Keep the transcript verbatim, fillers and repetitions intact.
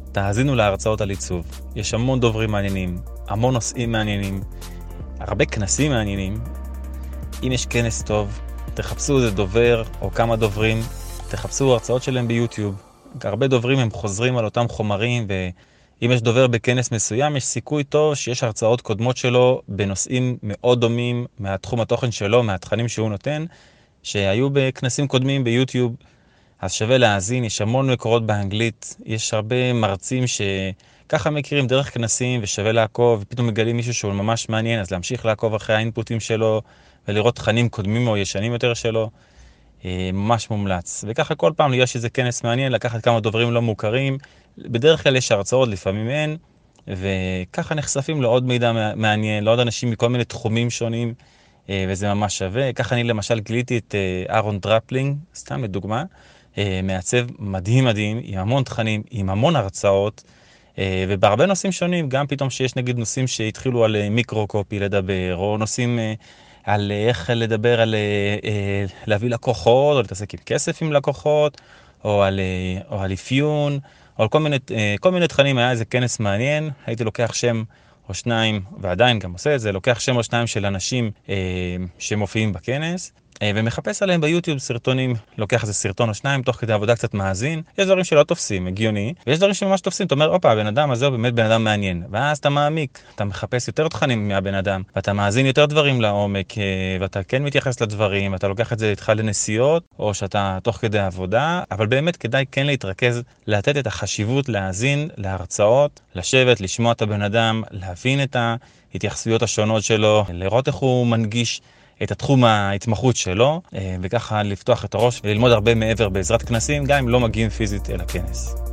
תאזינו להרצאות על עיצוב. יש המון דוברים מעניינים, המון נושאים מעניינים, הרבה כנסים מעניינים. אם יש כנס טוב, תחפשו איזה דובר או כמה דוברים, תחפשו הרצאות שלהם ביוטיוב. הרבה דוברים הם חוזרים על אותם חומרים, ואם יש דובר בכנס מסוים, יש סיכוי טוב שיש הרצאות קודמות שלו בנושאים מאוד דומים מהתחום התוכן שלו, מהתכנים שהוא נותן, שהיו בכנסים קודמים ביוטיוב. אז שווה להאזין, יש המון מקורות באנגלית, יש הרבה מרצים שככה מכירים דרך כנסים ושווה לעקוב, ופתאום מגלים מישהו שהוא ממש מעניין, אז להמשיך לעקוב אחרי האינפוטים שלו ולראות תכנים קודמים או ישנים יותר שלו, ממש מומלץ. וככה כל פעם יש איזה כנס מעניין, לקחת כמה דוברים לא מוכרים, בדרך כלל יש הרצאות, לפעמים אין, וככה נחשפים לעוד מידע מעניין, לעוד אנשים מכל מיני תחומים שונים, וזה ממש שווה. ככה אני למשל גיליתי את אהרון דרפלינג, סתם לדוגמה, מעצב מדהים מדהים, עם המון תכנים, עם המון הרצאות, ובהרבה נושאים שונים, גם פתאום שיש נגיד נושאים שהתחילו על מיקרו-קופי לדבר, או נושאים על איך לדבר על להביא לקוחות, או להתעסק עם כסף עם לקוחות, או על, או על אפיון, או על כל מיני, כל מיני תכנים. היה איזה כנס מעניין, הייתי לוקח שם או שניים, ועדיין גם עושה את זה, לוקח שם או שניים של אנשים שמופיעים בכנס, ומחפש עליהם ביוטיוב סרטונים, לוקח איזה סרטון או שניים, תוך כדי עבודה קצת מאזין. יש דברים שלא תופסים, הגיוני, ויש דברים שממש תופסים. אתה אומר, אופה, הבן אדם הזה הוא באמת בן אדם מעניין. ואז אתה מעמיק, אתה מחפש יותר תכנים מהבן אדם, ואתה מאזין יותר דברים לעומק, ואתה כן מתייחס לדברים, ואתה לוקח את זה איתך לנסיעות, או שאתה תוך כדי עבודה, אבל באמת כדאי כן להתרכז, לתת את החשיבות להאזין, להרצאות, לשבת, לשמוע את הבן אדם, להבין את ההתייחסויות השונות שלו, לראות איך הוא מנגיש את התחום ההתמחות שלו, וככה לפתוח את הראש וללמוד הרבה מעבר בעזרת כנסים, גם אם לא מגיעים פיזית אל הכנס.